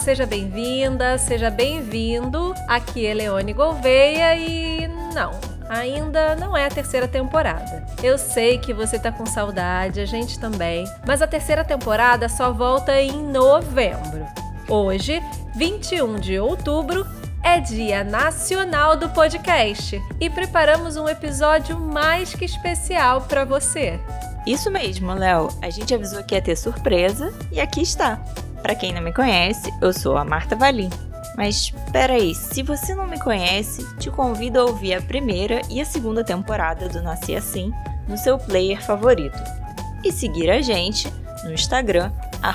seja bem-vinda, seja bem-vindo. Aqui é Leone Gouveia e ainda não é a terceira temporada. Eu sei que você tá com saudade, a gente também, mas a terceira temporada só volta em novembro. Hoje, 21 de outubro, é Dia Nacional do Podcast e preparamos um episódio mais que especial para você. Isso mesmo, Léo. A gente avisou que ia ter surpresa e aqui está. Para quem não me conhece, eu sou a Marta Valim. Mas peraí, se você não me conhece, te convido a ouvir a primeira e a segunda temporada do Nasci Assim no seu player favorito. E seguir a gente no Instagram,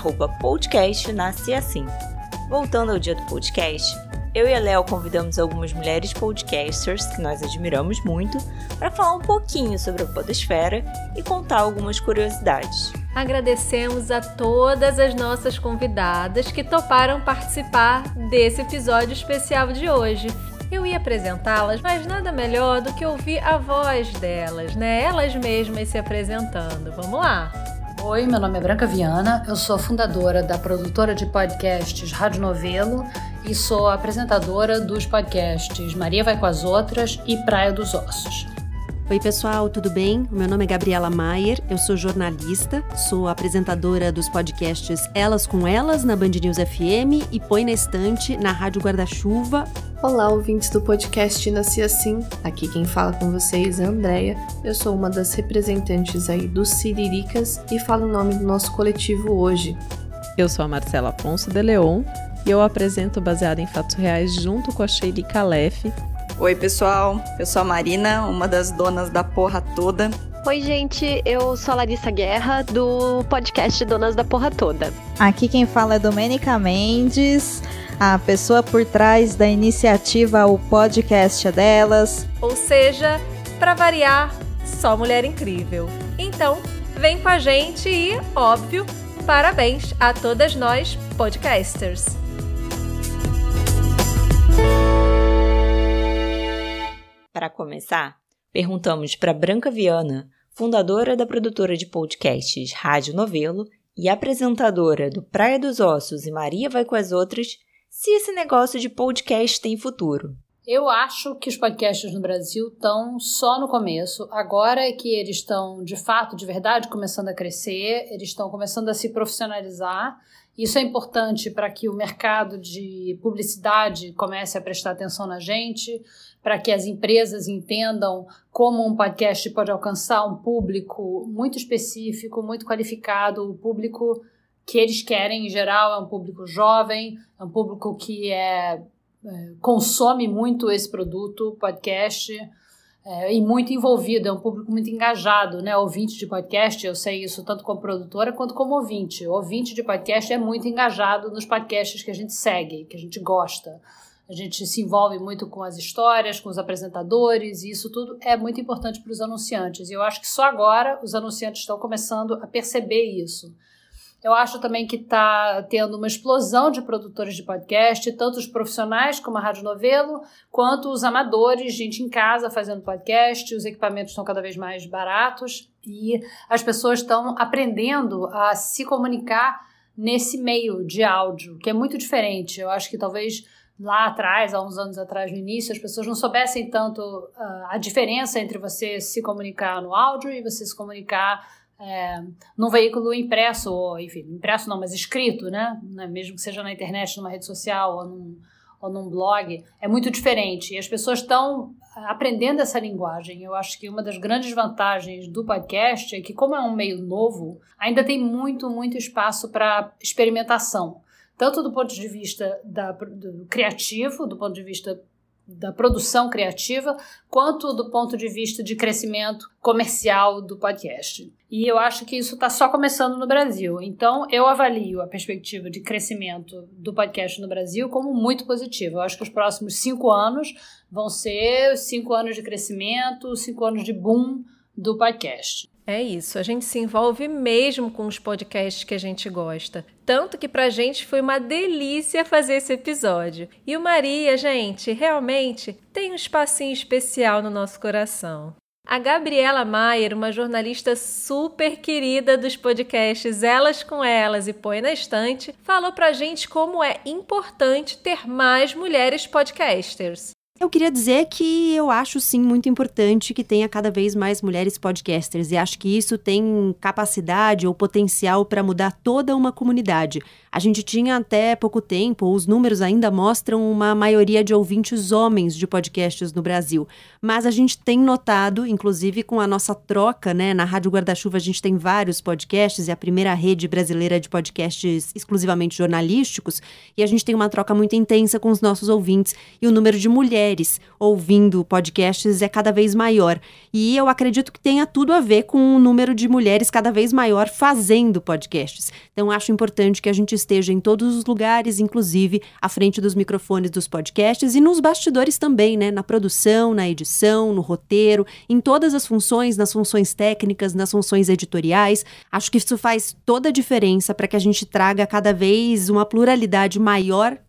@podcastnasceassim. Voltando ao dia do podcast, eu e a Léo convidamos algumas mulheres podcasters que nós admiramos muito para falar um pouquinho sobre a podosfera e contar algumas curiosidades. Agradecemos a todas as nossas convidadas que toparam participar desse episódio especial de hoje. Eu ia apresentá-las, mas nada melhor do que ouvir a voz delas, né? Elas mesmas se apresentando. Vamos lá! Oi, meu nome é Branca Viana, eu sou fundadora da produtora de podcasts Rádio Novelo e sou apresentadora dos podcasts Maria Vai com as Outras e Praia dos Ossos. Oi pessoal, tudo bem? O meu nome é Gabriela Maier, eu sou jornalista, sou apresentadora dos podcasts Elas com Elas na Band News FM e Põe na Estante na Rádio Guarda-Chuva. Olá, ouvintes do podcast Nasci Assim. Aqui quem fala com vocês é a Andrea. Eu sou uma das representantes aí dos Siriricas e falo em nome do nosso coletivo hoje. Eu sou a Marcela Afonso de Leon e eu apresento Baseado em Fatos Reais junto com a Sheili Calef. Oi pessoal, eu sou a Marina, uma das donas da porra toda. Oi gente, eu sou a Larissa Guerra do podcast Donas da Porra Toda. Aqui quem fala é Domênica Mendes, a pessoa por trás da iniciativa O Podcast é Delas. Ou seja, para variar, só mulher incrível. Então, vem com a gente e, óbvio, parabéns a todas nós podcasters. Para começar, perguntamos para Branca Viana, fundadora da produtora de podcasts Rádio Novelo e apresentadora do Praia dos Ossos e Maria Vai com as Outras, se esse negócio de podcast tem futuro. Eu acho que os podcasts no Brasil estão só no começo. Agora é que eles estão, de fato, de verdade, começando a crescer, eles estão começando a se profissionalizar. Isso é importante para que o mercado de publicidade comece a prestar atenção na gente, para que as empresas entendam como um podcast pode alcançar um público muito específico, muito qualificado, o público que eles querem, em geral, é um público jovem, é um público que consome muito esse produto, podcast, e muito envolvido, é um público muito engajado, né? Ouvinte de podcast, eu sei isso tanto como produtora quanto como ouvinte. O ouvinte de podcast é muito engajado nos podcasts que a gente segue, que a gente gosta. A gente se envolve muito com as histórias, com os apresentadores, e isso tudo é muito importante para os anunciantes. E eu acho que só agora os anunciantes estão começando a perceber isso. Eu acho também que está tendo uma explosão de produtores de podcast, tanto os profissionais, como a Rádio Novelo, quanto os amadores, gente em casa fazendo podcast, os equipamentos estão cada vez mais baratos e as pessoas estão aprendendo a se comunicar nesse meio de áudio, que é muito diferente. Eu acho que talvez lá atrás, há uns anos atrás, no início, as pessoas não soubessem tanto a diferença entre você se comunicar no áudio e você se comunicar num veículo impresso, ou enfim, impresso não, mas escrito, né? Mesmo que seja na internet, numa rede social ou num blog, é muito diferente. E as pessoas estão aprendendo essa linguagem. Eu acho que uma das grandes vantagens do podcast é que, como é um meio novo, ainda tem muito, muito espaço para experimentação. Tanto do ponto de vista do criativo, do ponto de vista da produção criativa, quanto do ponto de vista de crescimento comercial do podcast. E eu acho que isso está só começando no Brasil. Então, eu avalio a perspectiva de crescimento do podcast no Brasil como muito positiva. Eu acho que os próximos 5 anos vão ser 5 anos de crescimento, 5 anos de boom do podcast. É isso, a gente se envolve mesmo com os podcasts que a gente gosta. Tanto que pra gente foi uma delícia fazer esse episódio. E o Maria, gente, realmente tem um espacinho especial no nosso coração. A Gabriela Mayer, uma jornalista super querida dos podcasts Elas com Elas e Põe na Estante, falou pra gente como é importante ter mais mulheres podcasters. Eu queria dizer que eu acho, sim, muito importante que tenha cada vez mais mulheres podcasters e acho que isso tem capacidade ou potencial para mudar toda uma comunidade. A gente tinha até pouco tempo, os números ainda mostram uma maioria de ouvintes homens de podcasts no Brasil, mas a gente tem notado, inclusive com a nossa troca, né, na Rádio Guarda-Chuva a gente tem vários podcasts, é a primeira rede brasileira de podcasts exclusivamente jornalísticos, e a gente tem uma troca muito intensa com os nossos ouvintes, e o número de mulheres ouvindo podcasts é cada vez maior. E eu acredito que tenha tudo a ver com o número de mulheres cada vez maior fazendo podcasts. Então, acho importante que a gente esteja em todos os lugares, inclusive à frente dos microfones dos podcasts e nos bastidores também, né? Na produção, na edição, no roteiro, em todas as funções, nas funções técnicas, nas funções editoriais. Acho que isso faz toda a diferença para que a gente traga cada vez uma pluralidade maior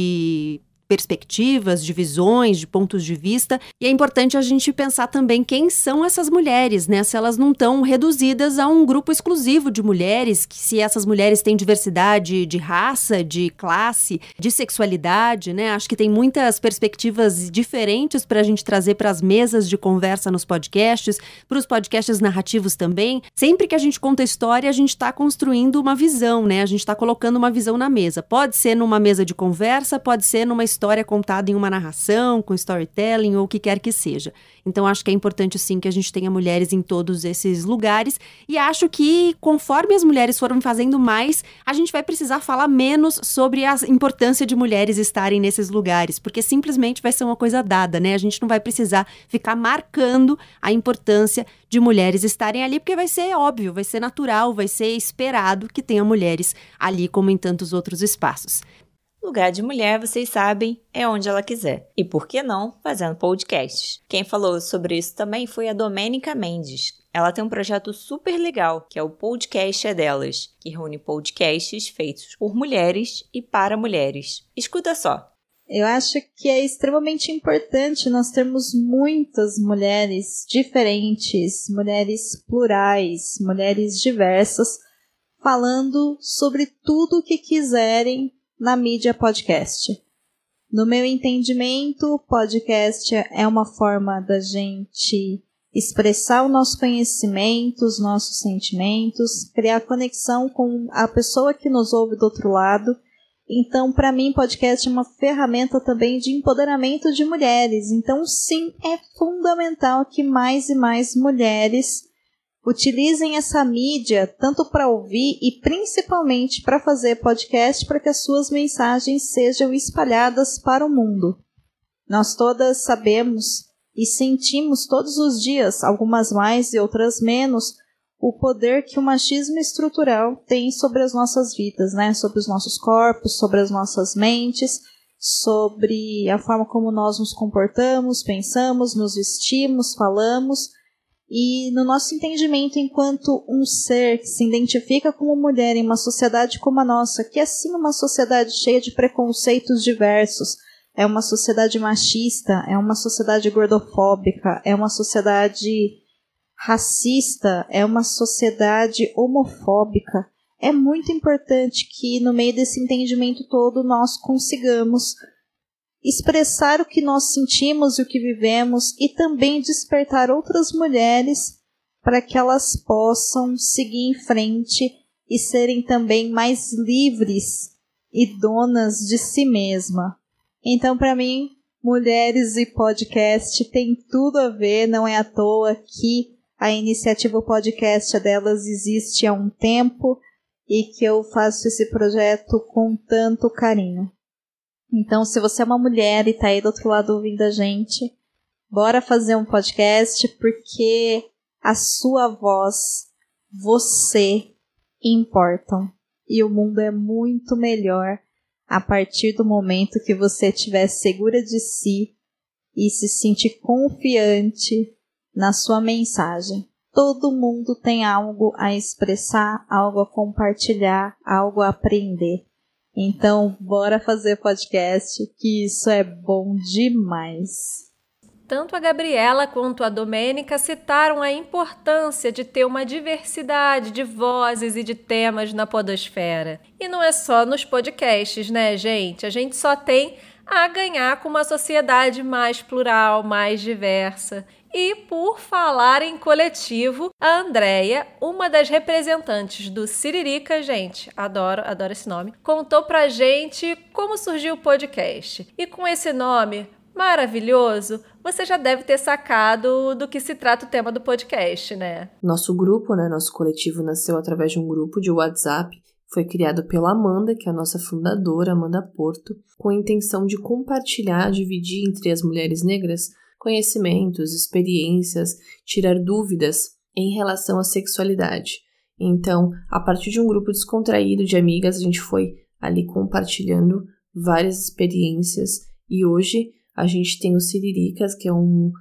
de perspectivas, de visões, de pontos de vista. E é importante a gente pensar também quem são essas mulheres, né? Se elas não estão reduzidas a um grupo exclusivo de mulheres, que se essas mulheres têm diversidade de raça, de classe, de sexualidade, né? Acho que tem muitas perspectivas diferentes para a gente trazer para as mesas de conversa nos podcasts, para os podcasts narrativos também. Sempre que a gente conta história, a gente está construindo uma visão, né? A gente está colocando uma visão na mesa. Pode ser numa mesa de conversa, pode ser numa história contada em uma narração, com storytelling ou o que quer que seja. Então, acho que é importante, sim, que a gente tenha mulheres em todos esses lugares e acho que, conforme as mulheres foram fazendo mais, a gente vai precisar falar menos sobre a importância de mulheres estarem nesses lugares, porque simplesmente vai ser uma coisa dada, né? A gente não vai precisar ficar marcando a importância de mulheres estarem ali, porque vai ser óbvio, vai ser natural, vai ser esperado que tenha mulheres ali, como em tantos outros espaços. Lugar de mulher, vocês sabem, é onde ela quiser. E por que não, fazendo podcasts. Quem falou sobre isso também foi a Domênica Mendes. Ela tem um projeto super legal, que é o Podcast é Delas, que reúne podcasts feitos por mulheres e para mulheres. Escuta só. Eu acho que é extremamente importante nós termos muitas mulheres diferentes, mulheres plurais, mulheres diversas, falando sobre tudo o que quiserem na mídia podcast. No meu entendimento, podcast é uma forma da gente expressar o nosso conhecimento, os nossos sentimentos, criar conexão com a pessoa que nos ouve do outro lado. Então, para mim, podcast é uma ferramenta também de empoderamento de mulheres. Então, sim, é fundamental que mais e mais mulheres utilizem essa mídia tanto para ouvir e principalmente para fazer podcast para que as suas mensagens sejam espalhadas para o mundo. Nós todas sabemos e sentimos todos os dias, algumas mais e outras menos, o poder que o machismo estrutural tem sobre as nossas vidas, né? Sobre os nossos corpos, sobre as nossas mentes, sobre a forma como nós nos comportamos, pensamos, nos vestimos, falamos. E no nosso entendimento enquanto um ser que se identifica como mulher em uma sociedade como a nossa, que é sim uma sociedade cheia de preconceitos diversos, é uma sociedade machista, é uma sociedade gordofóbica, é uma sociedade racista, é uma sociedade homofóbica. É muito importante que no meio desse entendimento todo nós consigamos expressar o que nós sentimos e o que vivemos e também despertar outras mulheres para que elas possam seguir em frente e serem também mais livres e donas de si mesma. Então, para mim, mulheres e podcast tem tudo a ver, não é à toa que a iniciativa Podcast Delas existe há um tempo e que eu faço esse projeto com tanto carinho. Então, se você é uma mulher e está aí do outro lado ouvindo a gente, bora fazer um podcast, porque a sua voz, você, importam. E o mundo é muito melhor a partir do momento que você estiver segura de si e se sentir confiante na sua mensagem. Todo mundo tem algo a expressar, algo a compartilhar, algo a aprender. Então, bora fazer podcast, que isso é bom demais. Tanto a Gabriela quanto a Domênica citaram a importância de ter uma diversidade de vozes e de temas na podosfera. E não é só nos podcasts, né, gente? A gente só tem a ganhar com uma sociedade mais plural, mais diversa. E por falar em coletivo, a Andréia, uma das representantes do Siririca, gente, adoro esse nome, contou pra gente como surgiu o podcast. E com esse nome maravilhoso, você já deve ter sacado do que se trata o tema do podcast, né? Nosso grupo, nosso coletivo nasceu através de um grupo de WhatsApp. Foi criado pela Amanda, que é a nossa fundadora, Amanda Porto, com a intenção de compartilhar, dividir entre as mulheres negras conhecimentos, experiências, tirar dúvidas em relação à sexualidade. Então, a partir de um grupo descontraído de amigas, a gente foi ali compartilhando várias experiências e hoje a gente tem o Siriricas, que é um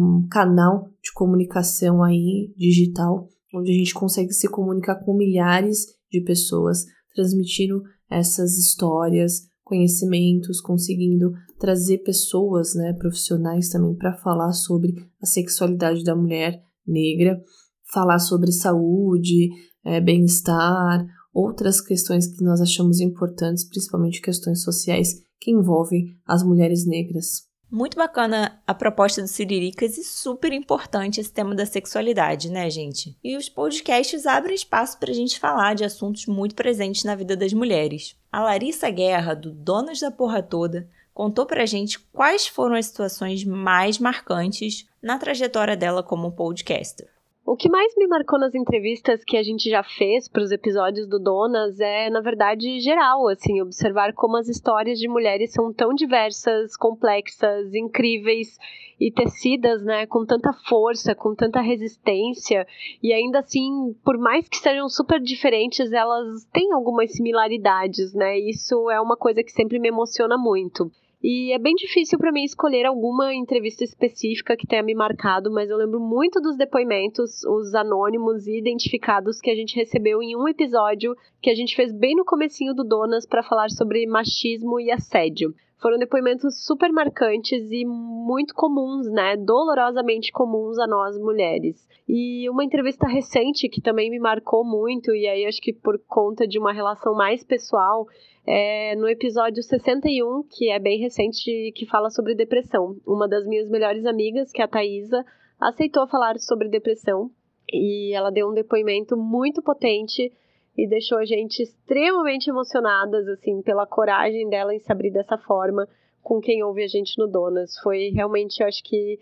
canal de comunicação aí digital, onde a gente consegue se comunicar com milhares de pessoas, transmitindo essas histórias, conhecimentos, conseguindo trazer pessoas, profissionais também para falar sobre a sexualidade da mulher negra, falar sobre saúde, bem-estar, outras questões que nós achamos importantes, principalmente questões sociais que envolvem as mulheres negras. Muito bacana a proposta do Siriricas e super importante esse tema da sexualidade, né, gente? E os podcasts abrem espaço pra gente falar de assuntos muito presentes na vida das mulheres. A Larissa Guerra, do Donas da Porra Toda, contou pra gente quais foram as situações mais marcantes na trajetória dela como podcaster. O que mais me marcou nas entrevistas que a gente já fez para os episódios do Donas é, na verdade, geral, assim, observar como as histórias de mulheres são tão diversas, complexas, incríveis e tecidas, com tanta força, com tanta resistência, e ainda assim, por mais que sejam super diferentes, elas têm algumas similaridades, Isso é uma coisa que sempre me emociona muito. E é bem difícil para mim escolher alguma entrevista específica que tenha me marcado, mas eu lembro muito dos depoimentos, os anônimos e identificados que a gente recebeu em um episódio que a gente fez bem no comecinho do Donas para falar sobre machismo e assédio. Foram depoimentos super marcantes e muito comuns, dolorosamente comuns a nós mulheres. E uma entrevista recente que também me marcou muito, e aí acho que por conta de uma relação mais pessoal, no episódio 61, que é bem recente, que fala sobre depressão. Uma das minhas melhores amigas, que é a Thaisa, aceitou falar sobre depressão e ela deu um depoimento muito potente e deixou a gente extremamente emocionadas, assim, pela coragem dela em se abrir dessa forma com quem ouve a gente no Donas. Foi realmente, eu acho que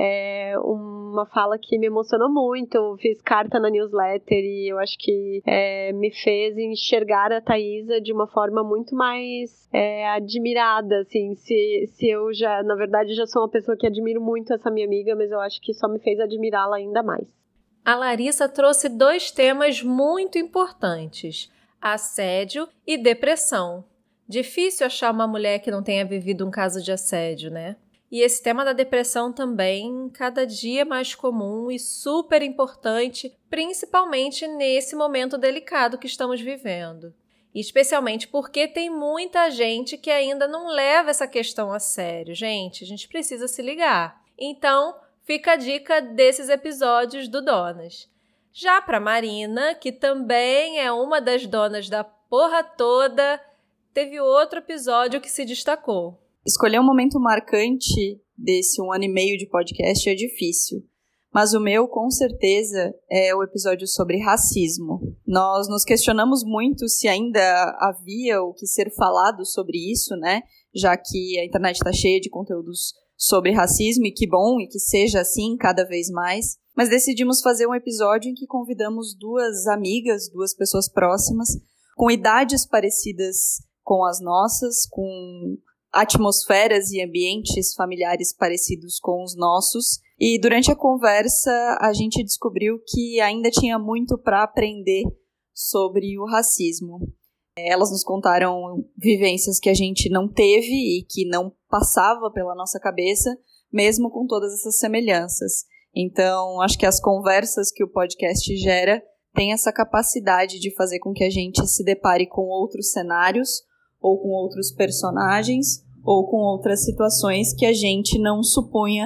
uma fala que me emocionou muito. Eu fiz carta na newsletter e eu acho que me fez enxergar a Thaisa de uma forma muito mais admirada, assim. Se eu já, na verdade, já sou uma pessoa que admiro muito essa minha amiga, mas eu acho que só me fez admirá-la ainda mais. A Larissa trouxe 2 temas muito importantes: assédio e depressão. Difícil achar uma mulher que não tenha vivido um caso de assédio, né? E esse tema da depressão também, cada dia mais comum e super importante, principalmente nesse momento delicado que estamos vivendo. Especialmente porque tem muita gente que ainda não leva essa questão a sério. Gente, a gente precisa se ligar. Então, fica a dica desses episódios do Donas. Já para Marina, que também é uma das donas da porra toda, teve outro episódio que se destacou. Escolher um momento marcante desse 1 ano e meio de podcast é difícil, mas o meu, com certeza, é o episódio sobre racismo. Nós nos questionamos muito se ainda havia o que ser falado sobre isso, já que a internet está cheia de conteúdos sobre racismo, e que bom, e que seja assim cada vez mais. Mas decidimos fazer um episódio em que convidamos 2 amigas, 2 pessoas próximas, com idades parecidas com as nossas, com atmosferas e ambientes familiares parecidos com os nossos. E durante a conversa a gente descobriu que ainda tinha muito para aprender sobre o racismo. Elas nos contaram vivências que a gente não teve e que não passava pela nossa cabeça, mesmo com todas essas semelhanças. Então, acho que as conversas que o podcast gera têm essa capacidade de fazer com que a gente se depare com outros cenários, ou com outros personagens, ou com outras situações que a gente não supunha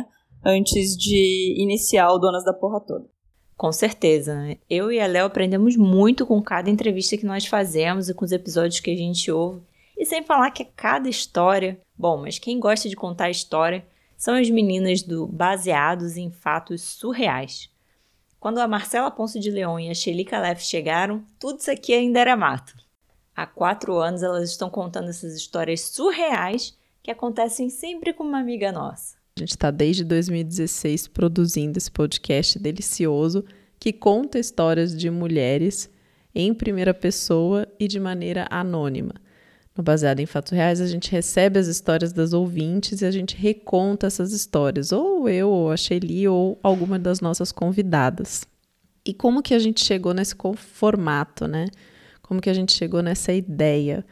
antes de iniciar o Donas da Porra Toda. Com certeza, né? Eu e a Léo aprendemos muito com cada entrevista que nós fazemos e com os episódios que a gente ouve. E sem falar que cada história... Bom, mas quem gosta de contar história são as meninas do Baseados em Fatos Surreais. Quando a Marcela Ponce de Leon e a Shelly Calef chegaram, tudo isso aqui ainda era mato. Há 4 anos elas estão contando essas histórias surreais que acontecem sempre com uma amiga nossa. A gente está desde 2016 produzindo esse podcast delicioso que conta histórias de mulheres em primeira pessoa e de maneira anônima. No Baseado em Fatos Reais, a gente recebe as histórias das ouvintes e a gente reconta essas histórias, ou eu, ou a Shelly, ou alguma das nossas convidadas. E como que a gente chegou nesse formato, né? Como que a gente chegou nessa ideia?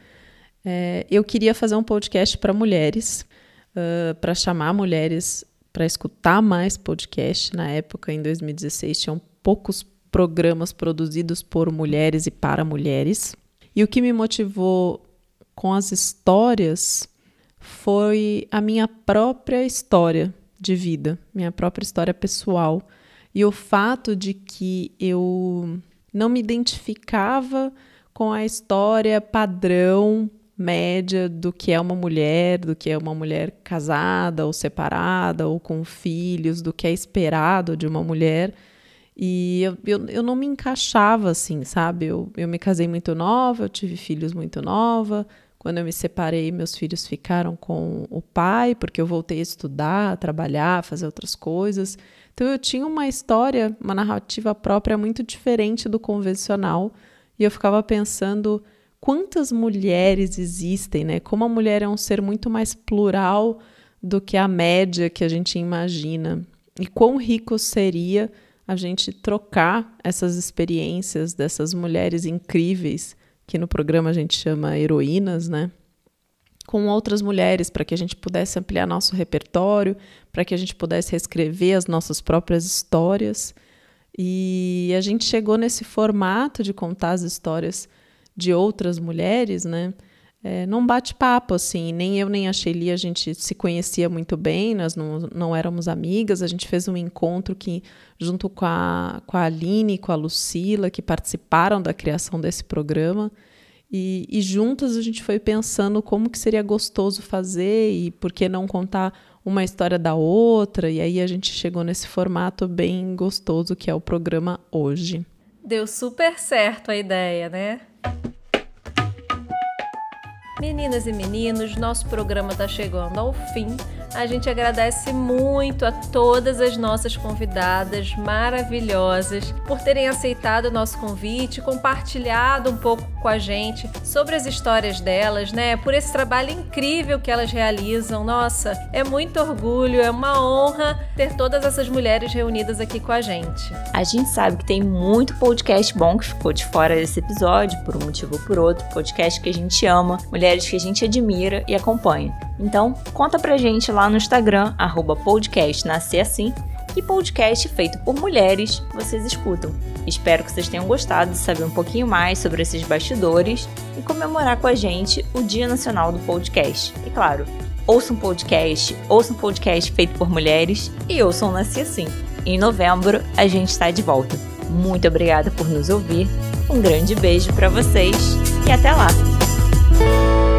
Eu queria fazer um podcast para mulheres, para chamar mulheres para escutar mais podcast. Na época, em 2016, tinham poucos programas produzidos por mulheres e para mulheres. E o que me motivou com as histórias foi a minha própria história de vida, minha própria história pessoal. E o fato de que eu não me identificava com a história padrão média do que é uma mulher casada ou separada ou com filhos, do que é esperado de uma mulher. E eu não me encaixava assim, sabe? Eu me casei muito nova, eu tive filhos muito nova. Quando eu me separei, meus filhos ficaram com o pai, porque eu voltei a estudar, a trabalhar, a fazer outras coisas. Então eu tinha uma história, uma narrativa própria muito diferente do convencional. E eu ficava pensando quantas mulheres existem, né? Como a mulher é um ser muito mais plural do que a média que a gente imagina. E quão rico seria a gente trocar essas experiências dessas mulheres incríveis, que no programa a gente chama heroínas, né? Com outras mulheres, para que a gente pudesse ampliar nosso repertório, para que a gente pudesse reescrever as nossas próprias histórias. E a gente chegou nesse formato de contar as histórias de outras mulheres, né? Num bate-papo, assim, nem eu nem a Shelly, a gente se conhecia muito bem, nós não éramos amigas, a gente fez um encontro que, junto com a Aline e com a Lucila, que participaram da criação desse programa, e juntas a gente foi pensando como que seria gostoso fazer e por que não contar uma história da outra, e aí a gente chegou nesse formato bem gostoso que é o programa hoje. Deu super certo a ideia, né? Meninas e meninos, nosso programa está chegando ao fim. A gente agradece muito a todas as nossas convidadas maravilhosas por terem aceitado o nosso convite, compartilhado um pouco com a gente sobre as histórias delas, né? Por esse trabalho incrível que elas realizam. Nossa, é muito orgulho, é uma honra ter todas essas mulheres reunidas aqui com a gente. A gente sabe que tem muito podcast bom que ficou de fora desse episódio, por um motivo ou por outro, podcast que a gente ama, mulheres que a gente admira e acompanha. Então, conta pra gente lá no Instagram, @podcastnascerassim, que podcast feito por mulheres vocês escutam. Espero que vocês tenham gostado de saber um pouquinho mais sobre esses bastidores e comemorar com a gente o Dia Nacional do Podcast. E claro, ouçam um podcast feito por mulheres e ouçam Nasci Assim. Em novembro, a gente está de volta. Muito obrigada por nos ouvir, um grande beijo pra vocês e até lá!